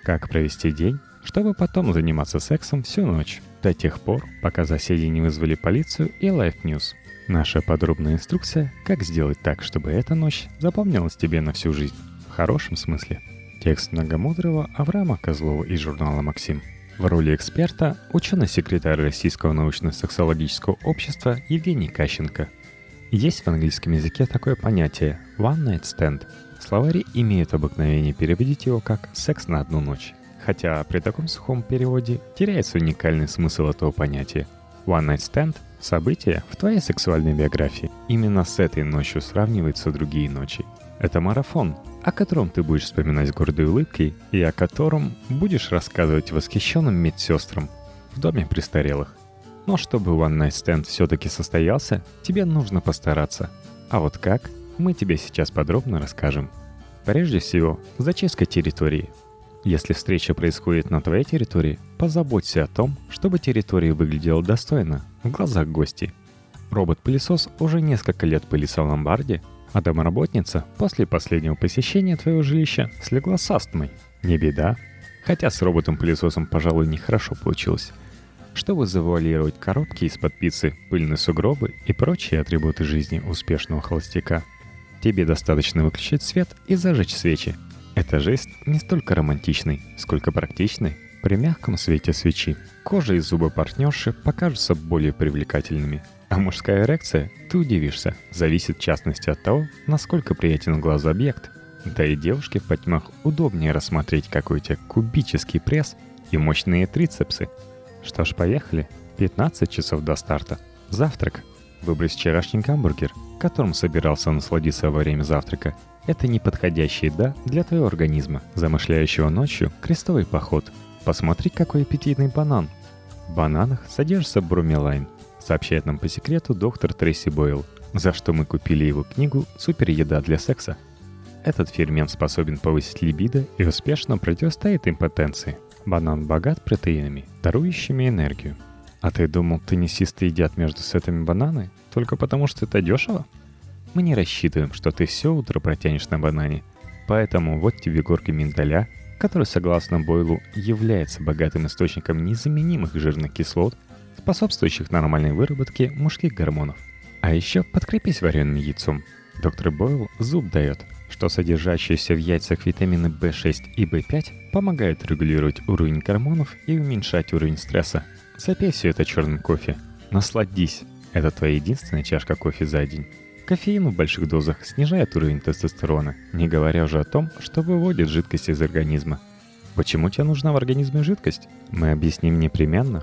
Как провести день, чтобы потом заниматься сексом всю ночь, до тех пор, пока соседи не вызвали полицию и Life News. Наша подробная инструкция, как сделать так, чтобы эта ночь запомнилась тебе на всю жизнь. В хорошем смысле. Текст многомудрого Авраама Козлова из журнала «Максим». В роли эксперта ученый-секретарь Российского научно-сексологического общества Евгений Кащенко. Есть в английском языке такое понятие «one night stand». Словари имеют обыкновение переводить его как «секс на одну ночь». Хотя при таком сухом переводе теряется уникальный смысл этого понятия. One night stand – событие в твоей сексуальной биографии. Именно с этой ночью сравниваются другие ночи. Это марафон, о котором ты будешь вспоминать с гордой улыбкой и о котором будешь рассказывать восхищенным медсестрам в доме престарелых. Но чтобы One Night Stand все-таки состоялся, тебе нужно постараться. А вот как, мы тебе сейчас подробно расскажем. Прежде всего, зачистка территории. Если встреча происходит на твоей территории, позаботься о том, чтобы территория выглядела достойно в глазах гостей. Робот-пылесос уже несколько лет пылесал в ломбарде, а домоработница после последнего посещения твоего жилища слегла с астмой. Не беда. Хотя с роботом-пылесосом, пожалуй, нехорошо получилось. Чтобы завуалировать коробки из-под пиццы, пыльные сугробы и прочие атрибуты жизни успешного холостяка, тебе достаточно выключить свет и зажечь свечи. Это жест не столько романтичный, сколько практичный. При мягком свете свечи кожа и зубы партнерши покажутся более привлекательными. А мужская эрекция, ты удивишься, зависит в частности от того, насколько приятен глазу объект. Да и девушке в потьмах удобнее рассмотреть, какой у тебя кубический пресс и мощные трицепсы. Что ж, поехали. 15 часов до старта. Завтрак. Выбрось вчерашний гамбургер, которым собирался насладиться во время завтрака. Это неподходящая еда для твоего организма, замышляющего ночью крестовый поход. Посмотри, какой аппетитный банан. В бананах содержится бромелайн, сообщает нам по секрету доктор Трейси Бойл, за что мы купили его книгу «Супереда для секса». Этот фермент способен повысить либидо и успешно противостоит импотенции. Банан богат протеинами, дарующими энергию. А ты думал, теннисисты едят между сетами бананы только потому, что это дешево? Мы не рассчитываем, что ты все утро протянешь на банане. Поэтому вот тебе горка миндаля, который, согласно Бойлу, является богатым источником незаменимых жирных кислот, способствующих нормальной выработке мужских гормонов. А еще подкрепись вареным яйцом. Доктор Бойл зуб дает, что содержащиеся в яйцах витамины В6 и В5 помогают регулировать уровень гормонов и уменьшать уровень стресса. Запей все это черным кофе. Насладись. Это твоя единственная чашка кофе за день. Кофеин в больших дозах снижает уровень тестостерона, не говоря уже о том, что выводит жидкость из организма. Почему тебе нужна в организме жидкость? Мы объясним непременно.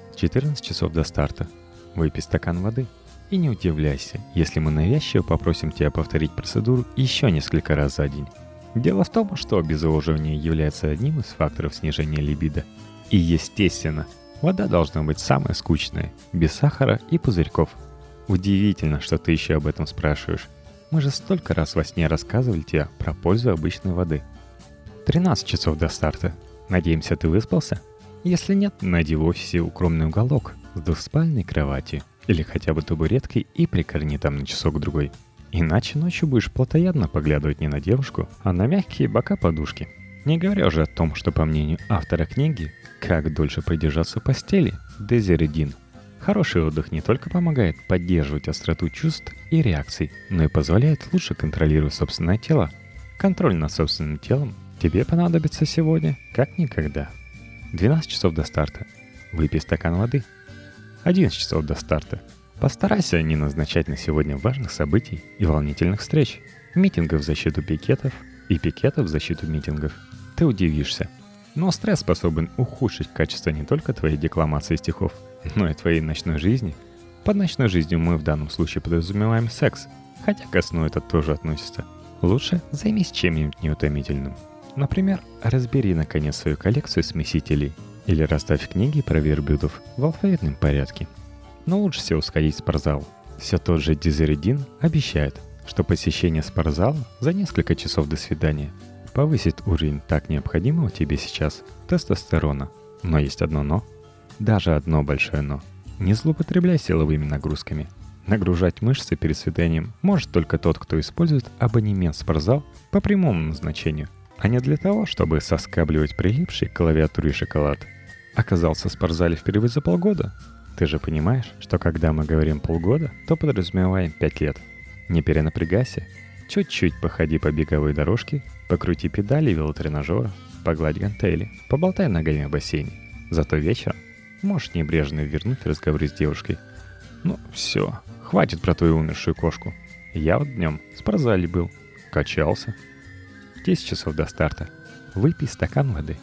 14 часов до старта. Выпей стакан воды. И не удивляйся, если мы навязчиво попросим тебя повторить процедуру еще несколько раз за день. Дело в том, что обезвоживание является одним из факторов снижения либидо. И естественно, вода должна быть самая скучная, без сахара и пузырьков. Удивительно, что ты еще об этом спрашиваешь. Мы же столько раз во сне рассказывали тебе про пользу обычной воды. 13 часов до старта. Надеемся, ты выспался? Если нет, найди в офисе укромный уголок с двухспальной кроватью или хотя бы табуреткой и прикорни там на часок-другой. Иначе ночью будешь плотоядно поглядывать не на девушку, а на мягкие бока подушки. Не говоря уже о том, что по мнению автора книги «Как дольше продержаться в постели» Дезире Дин, хороший отдых не только помогает поддерживать остроту чувств и реакций, но и позволяет лучше контролировать собственное тело. Контроль над собственным телом тебе понадобится сегодня как никогда. 12 часов до старта. Выпей стакан воды. 11 часов до старта. Постарайся не назначать на сегодня важных событий и волнительных встреч, митингов в защиту пикетов и пикетов в защиту митингов. Ты удивишься, но стресс способен ухудшить качество не только твоей декламации стихов, но и твоей ночной жизни. Под ночной жизнью мы в данном случае подразумеваем секс, хотя ко сну это тоже относится. Лучше займись чем-нибудь неутомительным. Например, разбери наконец свою коллекцию смесителей или расставь книги про верблюдов в алфавитном порядке. Но лучше всего сходить в спортзал. Все тот же Дезире Дин обещает, что посещение спортзала за несколько часов до свидания повысит уровень так необходимого тебе сейчас тестостерона. Но есть одно «но». Даже одно большое «но». Не злоупотребляй силовыми нагрузками. Нагружать мышцы перед свиданием может только тот, кто использует абонемент в спортзал по прямому назначению. а не для того, чтобы соскабливать прилипший к клавиатуре шоколад. Оказался в спортзале впервые за полгода? Ты же понимаешь, что когда мы говорим полгода, то подразумеваем 5 лет. Не перенапрягайся. Чуть-чуть походи по беговой дорожке, покрути педали велотренажера, погладь гантели, поболтай ногами в бассейне. Зато вечером можешь небрежно вернуть разговор с девушкой. Ну, все, хватит про твою умершую кошку. Я вот днем в спортзале был, качался. 10 часов до старта. Выпей стакан воды.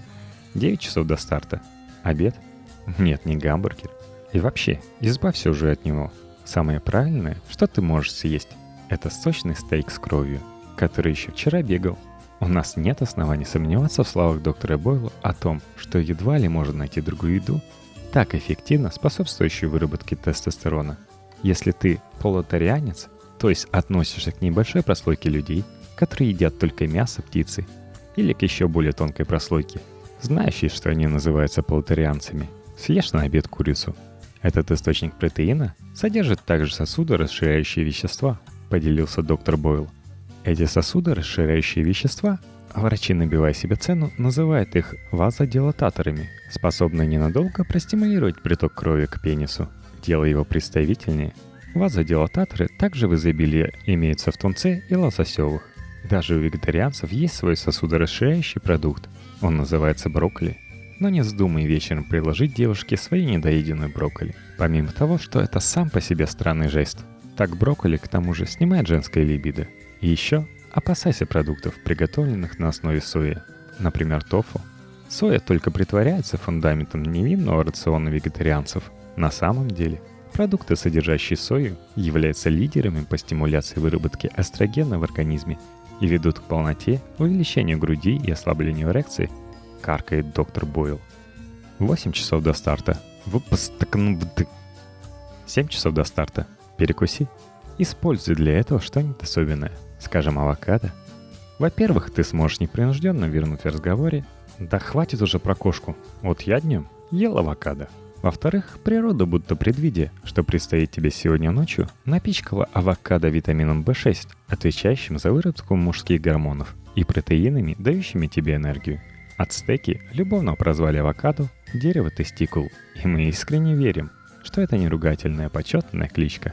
9 часов до старта. Обед? Нет, не гамбургер. И вообще, избавься уже от него. Самое правильное, что ты можешь съесть, это сочный стейк с кровью, который еще вчера бегал. У нас нет оснований сомневаться в словах доктора Бойла о том, что едва ли можно найти другую еду, так эффективно способствующую выработке тестостерона. Если ты полутарианец, то есть относишься к небольшой прослойке людей, которые едят только мясо птицы, или к еще более тонкой прослойке, знающие, что они называются полутарианцами, съешь на обед курицу. Этот источник протеина содержит также сосудорасширяющие вещества, поделился доктор Бойл. Эти сосудорасширяющие вещества, врачи, набивая себе цену, называют их вазодилататорами, способные ненадолго простимулировать приток крови к пенису, делая его представительнее. Вазодилататоры также в изобилии имеются в тунце и лососевых. Даже у вегетарианцев есть свой сосудорасширяющий продукт. Он называется брокколи. Но не вздумай вечером предложить девушке свою недоеденную брокколи. Помимо того, что это сам по себе странный жест. Так брокколи к тому же снимает женское либидо. И еще опасайся продуктов, приготовленных на основе сои. Например, тофу. Соя только притворяется фундаментом невинного рациона вегетарианцев. На самом деле, продукты, содержащие сою, являются лидерами по стимуляции выработки эстрогена в организме и ведут к полноте, увеличению груди и ослаблению эрекции, каркает доктор Бойл. 8 часов до старта. 7 часов до старта. Перекуси. Используй для этого что-нибудь особенное. Скажем, авокадо. Во-первых, ты сможешь непринужденно вернуть в разговоре: да хватит уже про кошку. Вот я днем ел авокадо. Во-вторых, природа, будто предвидя, что предстоит тебе сегодня ночью, напичкала авокадо витамином В6, отвечающим за выработку мужских гормонов, и протеинами, дающими тебе энергию. Ацтеки любовно прозвали авокадо «дерево тестикул», и мы искренне верим, что это не ругательная почетная кличка.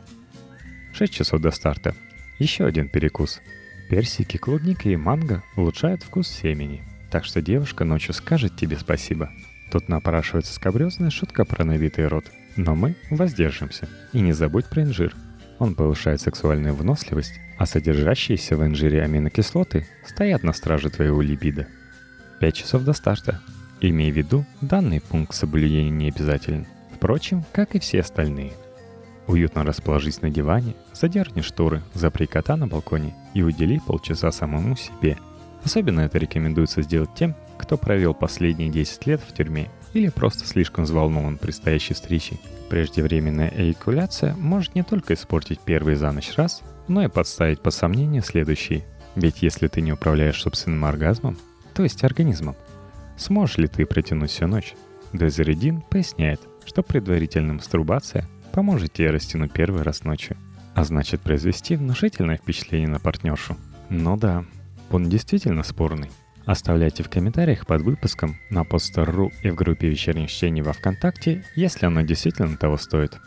6 часов до старта. Еще один перекус. Персики, клубника и манго улучшают вкус семени, так что девушка ночью скажет тебе спасибо. Тут напрашивается скабрезная шутка про набитый рот, но мы воздержимся. И не забудь про инжир. Он повышает сексуальную выносливость, а содержащиеся в инжире аминокислоты стоят на страже твоего либидо. 5 часов до старта. Имей в виду, данный пункт соблюдения не обязателен. Впрочем, как и все остальные. Уютно расположись на диване, задерни шторы, запри кота на балконе и удели полчаса самому себе. Особенно это рекомендуется сделать тем, кто провел последние 10 лет в тюрьме или просто слишком взволнован предстоящей встречей. Преждевременная эякуляция может не только испортить первый за ночь раз, но и подставить под сомнение следующий. Ведь если ты не управляешь собственным оргазмом, то есть организмом, сможешь ли ты протянуть всю ночь? Дезеридин поясняет, что предварительная мастурбация поможет тебе растянуть первый раз ночью, а значит произвести внушительное впечатление на партнершу. Ну да, он действительно спорный. Оставляйте в комментариях под выпуском на Podster.ru и в группе вечерних чтений во ВКонтакте, если оно действительно того стоит.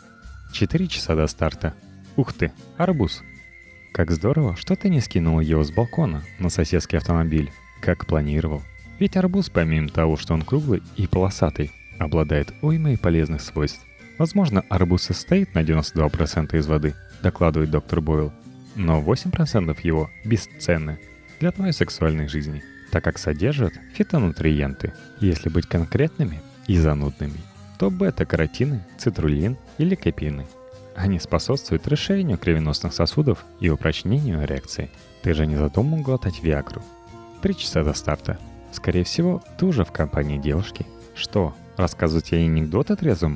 4 часа до старта. Ух ты, арбуз. Как здорово, что ты не скинул его с балкона на соседский автомобиль, как планировал. Ведь арбуз, помимо того, что он круглый и полосатый, обладает уймой полезных свойств. Возможно, арбуз состоит на 92% из воды, докладывает доктор Бойл, но 8% его бесценны для твоей сексуальной жизни, так как содержат фитонутриенты. Если быть конкретными и занудными, то бета-каротины, цитруллин и ликопины. Они способствуют расширению кровеносных сосудов и упрочнению эрекции. Ты же не задумал глотать виагру? 3 часа до старта. Скорее всего, ты уже в компании девушки. Что, рассказывать ей анекдот о трезвом?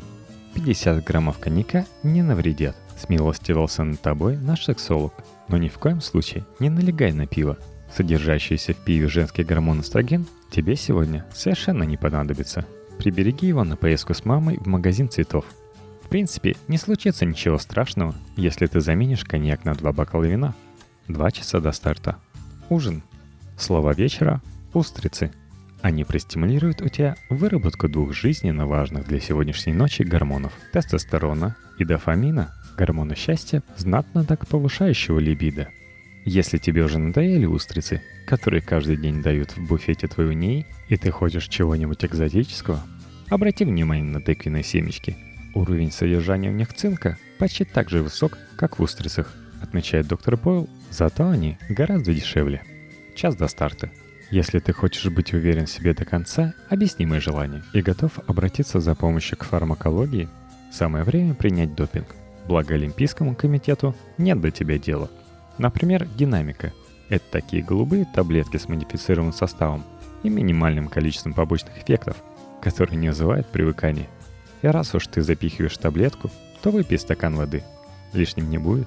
50 граммов коньяка не навредят. Смилостивился над тобой наш сексолог. Но ни в коем случае не налегай на пиво. Содержащийся в пиве женский гормон эстроген тебе сегодня совершенно не понадобится. Прибереги его на поездку с мамой в магазин цветов. В принципе, не случится ничего страшного, если ты заменишь коньяк на 2 бокала вина. 2 часа до старта. Ужин. Слово вечера Устрицы. Они простимулируют у тебя выработку двух жизненно важных для сегодняшней ночи гормонов – тестостерона и дофамина, гормона счастья, знатно так повышающего либидо. Если тебе уже надоели устрицы, которые каждый день дают в буфете твою НИИ, и ты хочешь чего-нибудь экзотического, обрати внимание на тыквенные семечки. Уровень содержания в них цинка почти так же высок, как в устрицах, отмечает доктор Бойл, зато они гораздо дешевле. Час до старта. Если ты хочешь быть уверен в себе до конца, объясни мои желания и готов обратиться за помощью к фармакологии, самое время принять допинг. Благо Олимпийскому комитету нет до тебя дела. Например, динамика. Это такие голубые таблетки с модифицированным составом и минимальным количеством побочных эффектов, которые не вызывают привыкания. И раз уж ты запихиваешь таблетку, то выпей стакан воды. Лишним не будет.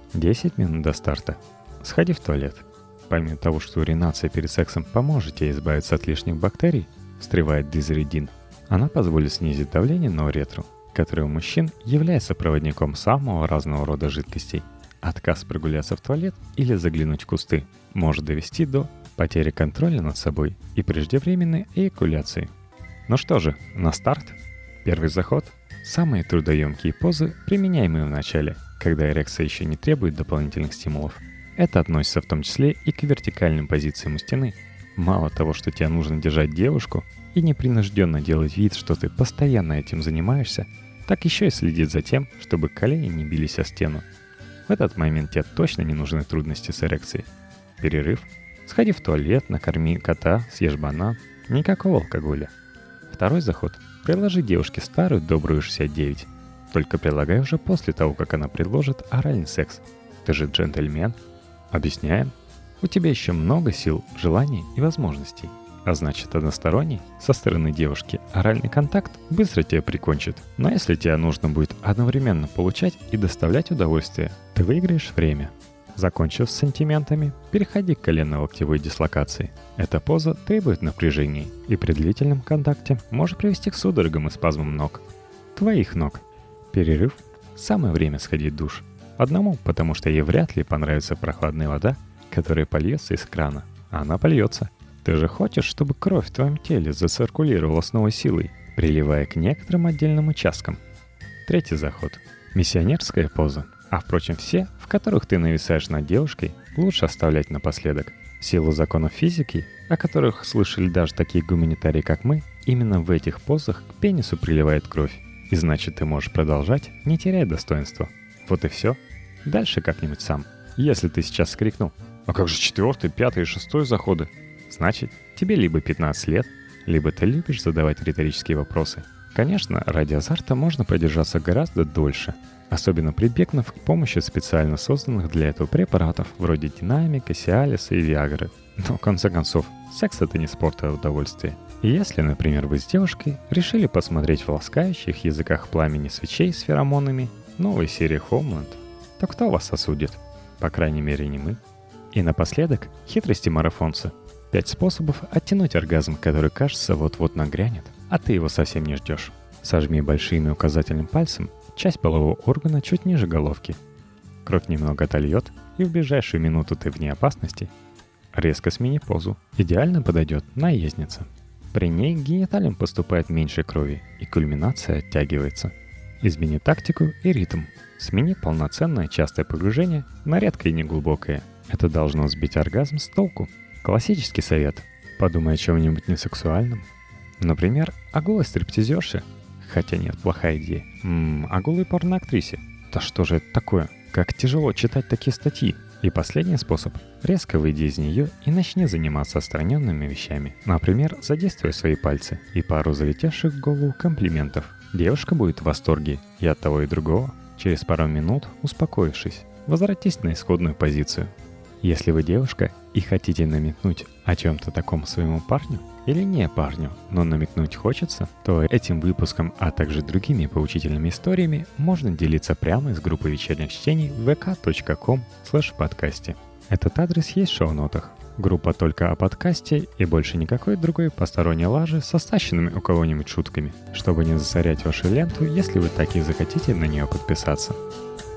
10 минут до старта. Сходи в туалет. Помимо того, что уринация перед сексом поможет тебе избавиться от лишних бактерий, встревает дизередин, она позволит снизить давление на уретру, которое у мужчин является проводником самого разного рода жидкостей. Отказ прогуляться в туалет или заглянуть в кусты может довести до потери контроля над собой и преждевременной эякуляции. Ну что же, на старт. Первый заход. Самые трудоемкие позы, применяемые в начале, когда эрекция еще не требует дополнительных стимулов. Это относится в том числе и к вертикальным позициям у стены. Мало того, что тебе нужно держать девушку и непринужденно делать вид, что ты постоянно этим занимаешься, так еще и следить за тем, чтобы колени не бились о стену. В этот момент тебе точно не нужны трудности с эрекцией. Перерыв. Сходи в туалет, накорми кота, съешь банан. Никакого алкоголя. Второй заход. Предложи девушке старую добрую 69. Только предлагай уже после того, как она предложит оральный секс. Ты же джентльмен. Объясняем. У тебя еще много сил, желаний и возможностей. А значит, односторонний, со стороны девушки, оральный контакт быстро тебя прикончит. Но если тебе нужно будет одновременно получать и доставлять удовольствие, ты выиграешь время. Закончив с сантиментами, переходи к коленно-локтевой дислокации. Эта поза требует напряжения и при длительном контакте может привести к судорогам и спазмам ног. Твоих ног. Перерыв. Самое время сходить в душ. Одному, потому что ей вряд ли понравится прохладная вода, которая польется из крана. А она польется. Ты же хочешь, чтобы кровь в твоем теле зациркулировала с новой силой, приливая к некоторым отдельным участкам. Третий заход. Миссионерская поза. А впрочем, все, в которых ты нависаешь над девушкой, лучше оставлять напоследок. В силу законов физики, о которых слышали даже такие гуманитарии, как мы, именно в этих позах к пенису приливает кровь. И значит, ты можешь продолжать, не теряя достоинства. Вот и все. Дальше как-нибудь сам. Если ты сейчас скрикнул: «А как же 4, 5 и 6 заходы?» Значит, тебе либо 15 лет, либо ты любишь задавать риторические вопросы. Конечно, ради азарта можно продержаться гораздо дольше, особенно прибегнув к помощи специально созданных для этого препаратов, вроде динамика, сиалиса и виагры. Но в конце концов, секс — это не спорт, а удовольствие. И если, например, вы с девушкой решили посмотреть в ласкающих языках пламени свечей с феромонами новой серии Homeland, то кто вас осудит? По крайней мере, не мы. И напоследок, хитрости марафонца. 5 способов оттянуть оргазм, который, кажется, вот-вот нагрянет, а ты его совсем не ждешь. Сожми большим и указательным пальцем часть полового органа чуть ниже головки. Кровь немного отольет, и в ближайшую минуту ты вне опасности. Резко смени позу. Идеально подойдет наездница. При ней к гениталиям поступает меньше крови, и кульминация оттягивается. Измени тактику и ритм. Смени полноценное частое погружение на редкое и неглубокое. Это должно сбить оргазм с толку. Классический совет. Подумай о чем-нибудь несексуальном. Например, о голой стриптизерше. Хотя нет, плохая идея. О голой порноактрисе. Да что же это такое? Как тяжело читать такие статьи. И последний способ. Резко выйди из нее и начни заниматься отстраненными вещами. Например, задействуй свои пальцы и пару залетевших в голову комплиментов. Девушка будет в восторге и от того и другого. Через пару минут, успокоившись, возвратись на исходную позицию. Если вы девушка и хотите намекнуть о чем-то таком своему парню или не парню, но намекнуть хочется, то этим выпуском, а также другими поучительными историями можно делиться прямо из группы вечерних чтений vk.com/подкасте. Этот адрес есть в шоу-нотах. Группа только о подкасте и больше никакой другой посторонней лажи со стащенными у кого-нибудь шутками, чтобы не засорять вашу ленту, если вы так и захотите на нее подписаться.